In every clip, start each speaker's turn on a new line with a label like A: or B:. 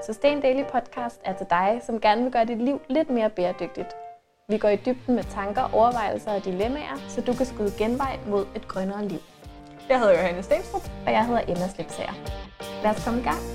A: Sustain Daily Podcast er til dig, som gerne vil gøre dit liv lidt mere bæredygtigt. Vi går i dybden med tanker, overvejelser og dilemmaer, så du kan skyde genvej mod et grønnere liv.
B: Jeg hedder Johanne Stenstrup.
A: Og jeg hedder Emma Slipsager. Lad os komme i gang.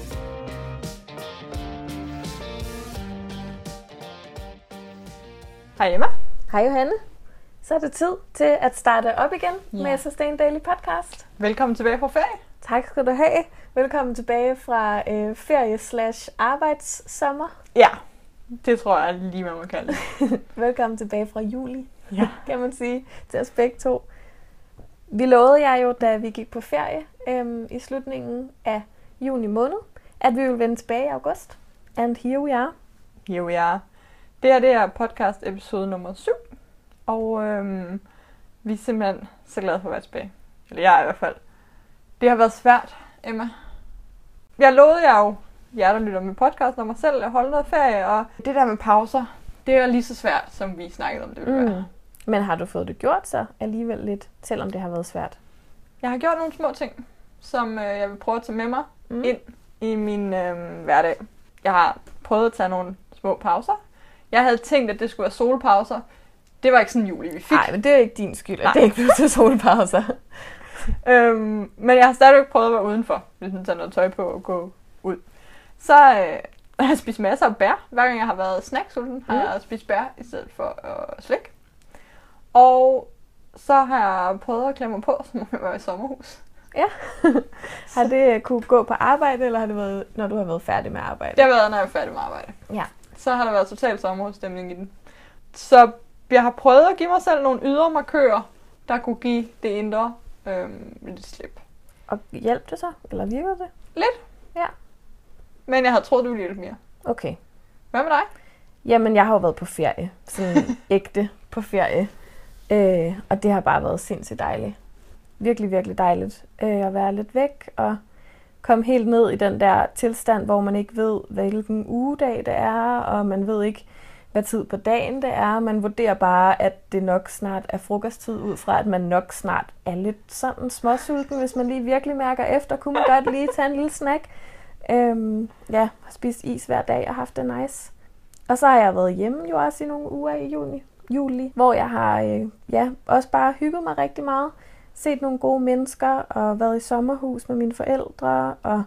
B: Hej Emma.
A: Hej Johanne. Så er det tid til at starte op igen med Sustain Daily Podcast.
B: Velkommen tilbage fra ferie.
A: Tak skal du have. Velkommen tilbage fra ferie/arbejdssommer.
B: Ja, det tror jeg lige, man må kalde det.
A: Velkommen tilbage fra juli, kan man sige, til os begge to. Vi lovede jer jo, da vi gik på ferie i slutningen af juni måned, at vi ville vende tilbage i august. And here we are.
B: Here we are. Det er podcast episode nummer 7. Og vi er simpelthen så glade for at være tilbage. Eller jeg er i hvert fald. Det har været svært, Emma. Jeg lovede jer jo, jer der lytter med podcast om mig selv, at holde noget ferie. Og det der med pauser, det er lige så svært, som vi snakkede om det ville være.
A: Men har du fået det gjort så alligevel lidt, selvom det har været svært?
B: Jeg har gjort nogle små ting, som jeg vil prøve at tage med mig ind i min hverdag. Jeg har prøvet at tage nogle små pauser. Jeg havde tænkt, at det skulle være solpauser. Det var ikke sådan juli, vi fik.
A: Nej, men det er ikke din skyld, at det ikke blev til solpauser.
B: Men jeg har stadigvæk prøvet at være udenfor, hvis man tager noget tøj på og gå ud. Så har jeg spist masser af bær. Hver gang jeg har været snacksulten, har jeg spist bær i stedet for slik. Og så har jeg prøvet at klemme mig på, som om jeg var i sommerhus.
A: Ja. Har det kunne gå på arbejde, eller har det været, når du har været færdig med arbejde?
B: Det har været, når jeg er færdig med arbejde.
A: Ja.
B: Så har der været total sommerhusstemning i den. Så jeg har prøvet at give mig selv nogle ydre markører, der kunne give det indre lidt slip.
A: Og hjalp det så? Eller virkede det?
B: Lidt.
A: Ja.
B: Men jeg havde troet, det ville hjælpe mere.
A: Okay.
B: Hvad med dig?
A: Jamen, jeg har jo været på ferie. Sådan ægte på ferie. Og det har bare været sindssygt dejligt. Virkelig, virkelig dejligt at være lidt væk og komme helt ned i den der tilstand, hvor man ikke ved, hvilken ugedag det er, og man ved ikke, hvad tid på dagen det er. Man vurderer bare, at det nok snart er frokosttid, ud fra at man nok snart er lidt sådan småsulten, hvis man lige virkelig mærker efter. Kunne man godt lige tage en lille snack. Har spist is hver dag og haft det nice. Og så har jeg været hjemme jo også i nogle uger i juli, hvor jeg har også bare hygget mig rigtig meget. Set nogle gode mennesker og været i sommerhus med mine forældre og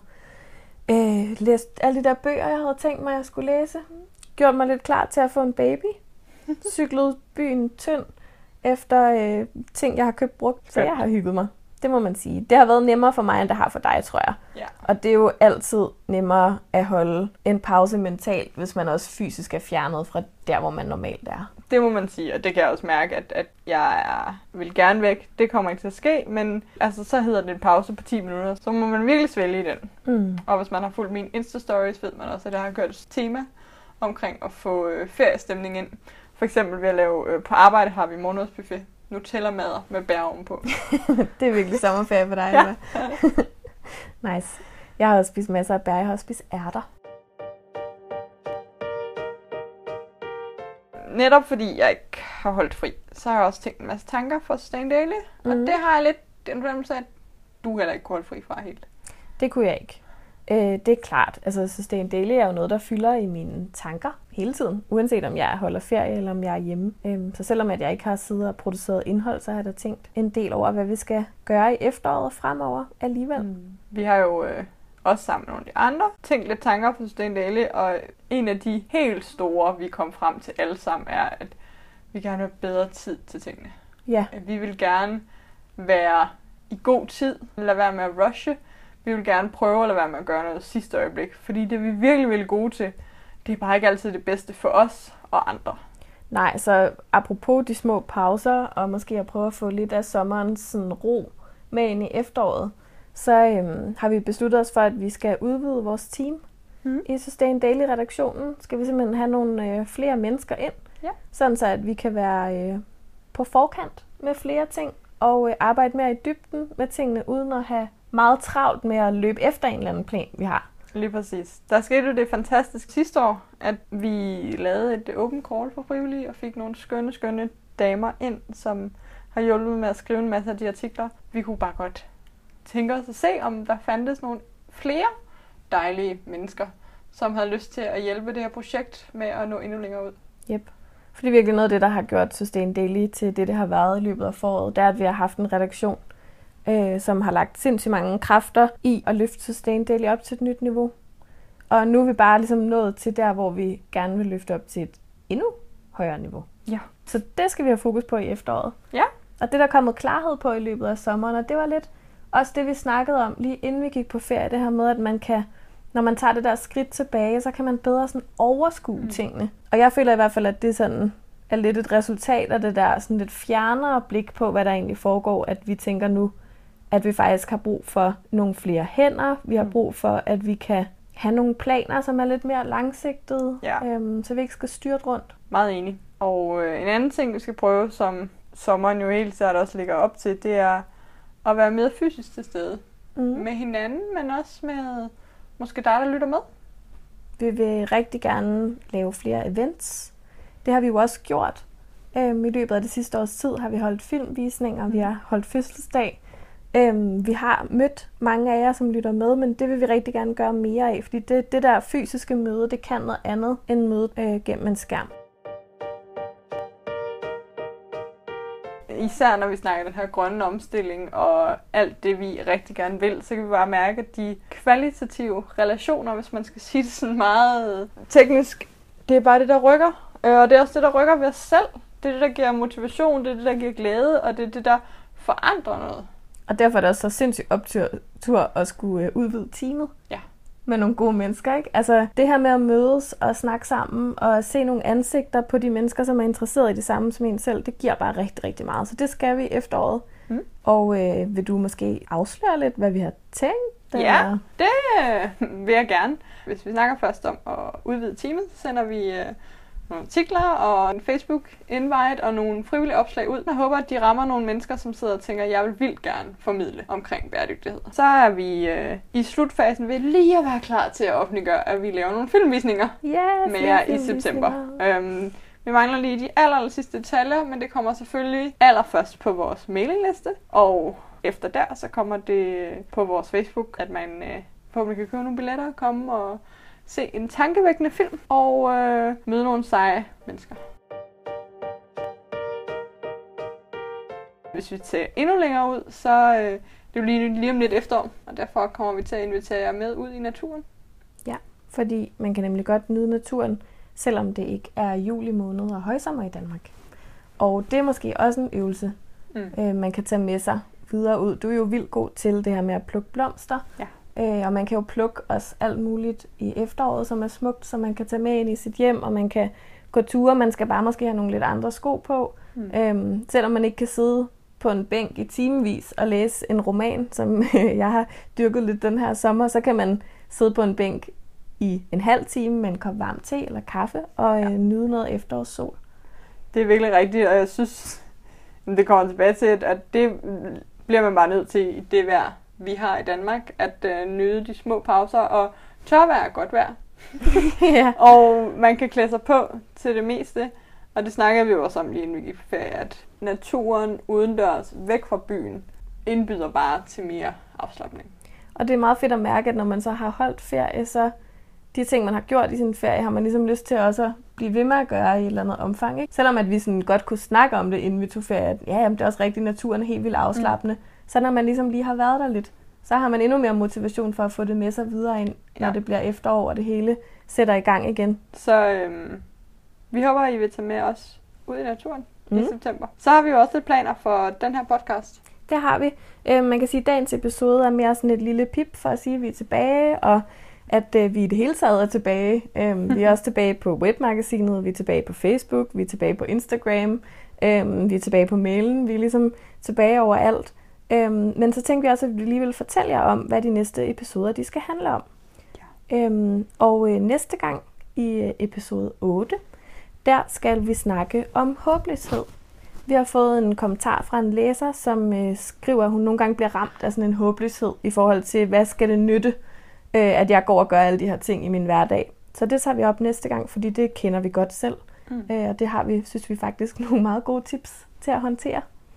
A: læst alle de der bøger, jeg havde tænkt mig, jeg skulle læse. Gjort mig lidt klar til at få en baby. Cyklet byen tynd efter ting, jeg har købt brugt. Så jeg har hygget mig. Det må man sige. Det har været nemmere for mig, end det har for dig, tror jeg.
B: Ja.
A: Og det er jo altid nemmere at holde en pause mentalt, hvis man også fysisk er fjernet fra der, hvor man normalt er.
B: Det må man sige, og det kan jeg også mærke, at jeg vil gerne væk. Det kommer ikke til at ske, men altså, så hedder det en pause på 10 minutter. Så må man virkelig svælge i den. Og hvis man har fulgt mine Insta-stories, ved man også, at jeg har kørt et tema omkring at få feriestemning ind. For eksempel ved at lave på arbejde har vi morgenmadsbuffet. Nutella-madder med bær ovenpå.
A: Det er virkelig sommerferie for dig, Emma. Nice. Jeg har også spist masser af bær. Jeg har også spist ærter.
B: Netop fordi jeg ikke har holdt fri, så har jeg også tænkt en masse tanker for Sustain Daily. Og det har jeg lidt den fornemmelse af, at du heller ikke kunne holde fri fra helt.
A: Det kunne jeg ikke. Det er klart. Altså, Sustain Daily er jo noget, der fylder i mine tanker hele tiden. Uanset om jeg holder ferie, eller om jeg er hjemme. Så selvom at jeg ikke har siddet og produceret indhold, så har jeg da tænkt en del over, hvad vi skal gøre i efteråret og fremover alligevel.
B: Vi har jo også sammen med nogle af de andre tænkt lidt tanker på Sustain Daily. Og en af de helt store, vi kom frem til alle sammen, er, at vi gerne vil have bedre tid til tingene.
A: Ja.
B: Vi vil gerne være i god tid. Lad være med at rushe. Vi vil gerne prøve at lade være med at gøre noget sidste øjeblik, fordi det vi virkelig gode til, det er bare ikke altid det bedste for os og andre.
A: Nej, så apropos de små pauser, og måske at prøve at få lidt af sommerens sådan ro med ind i efteråret, så har vi besluttet os for, at vi skal udvide vores team. I Sustain Daily-redaktionen skal vi simpelthen have nogle flere mennesker ind, sådan så at vi kan være på forkant med flere ting, og arbejde mere i dybden med tingene, uden at have meget travlt med at løbe efter en eller anden plan, vi har.
B: Lige præcis. Der skete jo det fantastisk sidste år, at vi lavede et open call for frivillige, og fik nogle skønne damer ind, som har hjulpet med at skrive en masse af de artikler. Vi kunne bare godt tænke os at se, om der fandtes nogle flere dejlige mennesker, som havde lyst til at hjælpe det her projekt med at nå endnu længere ud.
A: Yep. For det er virkelig noget af det, der har gjort Sustain Daily til det har været i løbet af foråret. Det er, at vi har haft en redaktion, som har lagt sindssygt mange kræfter i at løfte Sustain Daily op til et nyt niveau. Og nu er vi bare ligesom nået til der, hvor vi gerne vil løfte op til et endnu højere niveau.
B: Ja.
A: Så det skal vi have fokus på i efteråret.
B: Ja.
A: Og det der er kommet klarhed på i løbet af sommeren, og det var lidt også det, vi snakkede om lige inden vi gik på ferie, det her med, at man kan, når man tager det der skridt tilbage, så kan man bedre sådan overskue tingene. Og jeg føler i hvert fald, at det sådan er lidt et resultat af det der sådan lidt fjernere blik på, hvad der egentlig foregår, at vi tænker nu, at vi faktisk har brug for nogle flere hænder. Vi har brug for, at vi kan have nogle planer, som er lidt mere langsigtede, så vi ikke skal styrte rundt.
B: Meget enig. Og en anden ting, vi skal prøve, som sommeren jo helt sikkert også ligger op til, det er at være mere fysisk til stede. Med hinanden, men også med måske dig, der lytter med.
A: Vi vil rigtig gerne lave flere events. Det har vi jo også gjort. I løbet af det sidste års tid har vi holdt filmvisninger, vi har holdt fødselsdag. Vi har mødt mange af jer, som lytter med, men det vil vi rigtig gerne gøre mere af, fordi det der fysiske møde, det kan noget andet end mødet gennem en skærm.
B: Især når vi snakker den her grønne omstilling og alt det, vi rigtig gerne vil, så kan vi bare mærke, at de kvalitative relationer, hvis man skal sige det sådan meget teknisk, det er bare det, der rykker. Og det er også det, der rykker ved os selv. Det er det, der giver motivation, det er det, der giver glæde, og det er det, der forandrer noget.
A: Og derfor er det også så sindssygt optur at skulle udvide teamet.
B: Ja.
A: Med nogle gode mennesker, ikke? Altså det her med at mødes og snakke sammen og se nogle ansigter på de mennesker, som er interesseret i det samme som en selv, det giver bare rigtig, rigtig meget. Så det skal vi efteråret. Og vil du måske afsløre lidt, hvad vi har tænkt?
B: Ja, det vil jeg gerne. Hvis vi snakker først om at udvide teamet, så sender vi nogle artikler og en Facebook-invite og nogle frivillige opslag ud. Jeg håber, at de rammer nogle mennesker, som sidder og tænker, at jeg vil vildt gerne formidle omkring bæredygtighed. Så er vi i slutfasen ved lige at være klar til at offentliggøre, at vi laver nogle filmvisninger med jer i september. Vi mangler lige de aller sidste detaljer, men det kommer selvfølgelig allerførst på vores mailingliste. Og efter der, så kommer det på vores Facebook, at man forhåbentlig kan købe nogle billetter, komme og se en tankevækkende film og møde nogle seje mennesker. Hvis vi tager endnu længere ud, så det er jo lige om lidt efterår, og derfor kommer vi til at invitere jer med ud i naturen.
A: Ja, fordi man kan nemlig godt nyde naturen, selvom det ikke er juli måned og højsommer i Danmark. Og det er måske også en øvelse, man kan tage med sig videre ud. Du er jo vildt god til det her med at plukke blomster. Ja. Og man kan jo plukke også alt muligt i efteråret, som er smukt, som man kan tage med ind i sit hjem, og man kan gå ture. Man skal bare måske have nogle lidt andre sko på. Selvom man ikke kan sidde på en bænk i timevis og læse en roman, som jeg har dyrket lidt den her sommer, så kan man sidde på en bænk i en halv time med en kop varm te eller kaffe og nyde noget efterårssol.
B: Det er virkelig rigtigt, og jeg synes, det kommer tilbage til, at det bliver man bare nødt til i det vejr, vi har i Danmark, at nyde de små pauser, og tørvejr er godt vejr.
A: Ja.
B: Og man kan klæde sig på til det meste, og det snakker vi jo også om lige inden vi gik på ferie, at naturen udendørs, væk fra byen, indbyder bare til mere afslapning.
A: Og det er meget fedt at mærke, at når man så har holdt ferie, så de ting, man har gjort i sin ferie, har man ligesom lyst til også at blive ved med at gøre i et eller andet omfang. Ikke? Selvom at vi sådan godt kunne snakke om det, inden vi tog ferie, at jamen, det er også rigtigt, naturen er helt vildt afslappende. Så når man ligesom lige har været der lidt, så har man endnu mere motivation for at få det med sig videre ind, når det bliver efterår, og det hele sætter i gang igen.
B: Så vi håber, at I vil tage med os ud i naturen i september. Så har vi jo også lidt planer for den her podcast.
A: Det har vi. Man kan sige, at dagens episode er mere sådan et lille pip for at sige, at vi er tilbage, og at vi i det hele taget er tilbage. Vi er også tilbage på webmagasinet, vi er tilbage på Facebook, vi er tilbage på Instagram, vi er tilbage på mailen, vi er ligesom tilbage overalt. Men så tænkte vi også, at vi lige vil fortælle jer om, hvad de næste episoder de skal handle om. Ja. Og næste gang i episode 8, der skal vi snakke om håbløshed. Vi har fået en kommentar fra en læser, som skriver, at hun nogle gange bliver ramt af sådan en håbløshed i forhold til, hvad skal det nytte, at jeg går og gør alle de her ting i min hverdag. Så det tager vi op næste gang, fordi det kender vi godt selv. Og det har vi, synes vi faktisk, nogle meget gode tips til at håndtere.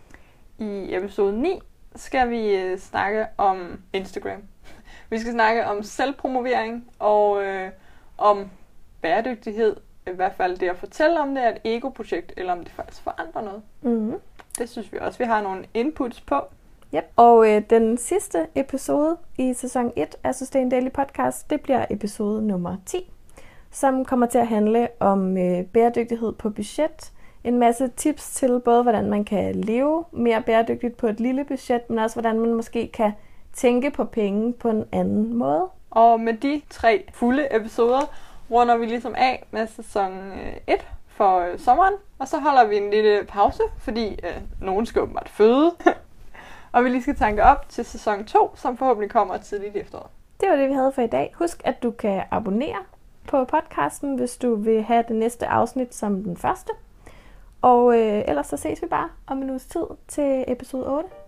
B: I episode 9 skal vi snakke om Instagram. Vi skal snakke om selvpromovering og om bæredygtighed, i hvert fald det at fortælle om det er et ego-projekt, eller om det faktisk forandrer noget.
A: Mm-hmm.
B: Det synes vi også, vi har nogle inputs på.
A: Yep. Og den sidste episode i sæson 1 af Sustain Daily Podcast, det bliver episode nummer 10, som kommer til at handle om bæredygtighed på budget. En masse tips til både, hvordan man kan leve mere bæredygtigt på et lille budget, men også hvordan man måske kan tænke på penge på en anden måde.
B: Og med de 3 fulde episoder runder vi ligesom af med sæson 1 for sommeren. Og så holder vi en lille pause, fordi nogen skal åbenbart føde. Og vi lige skal tanke op til sæson 2, som forhåbentlig kommer tidligt i efteråret.
A: Det var det, vi havde for i dag. Husk, at du kan abonnere på podcasten, hvis du vil have det næste afsnit som den første. Og ellers så ses vi bare om en uges tid til episode 8.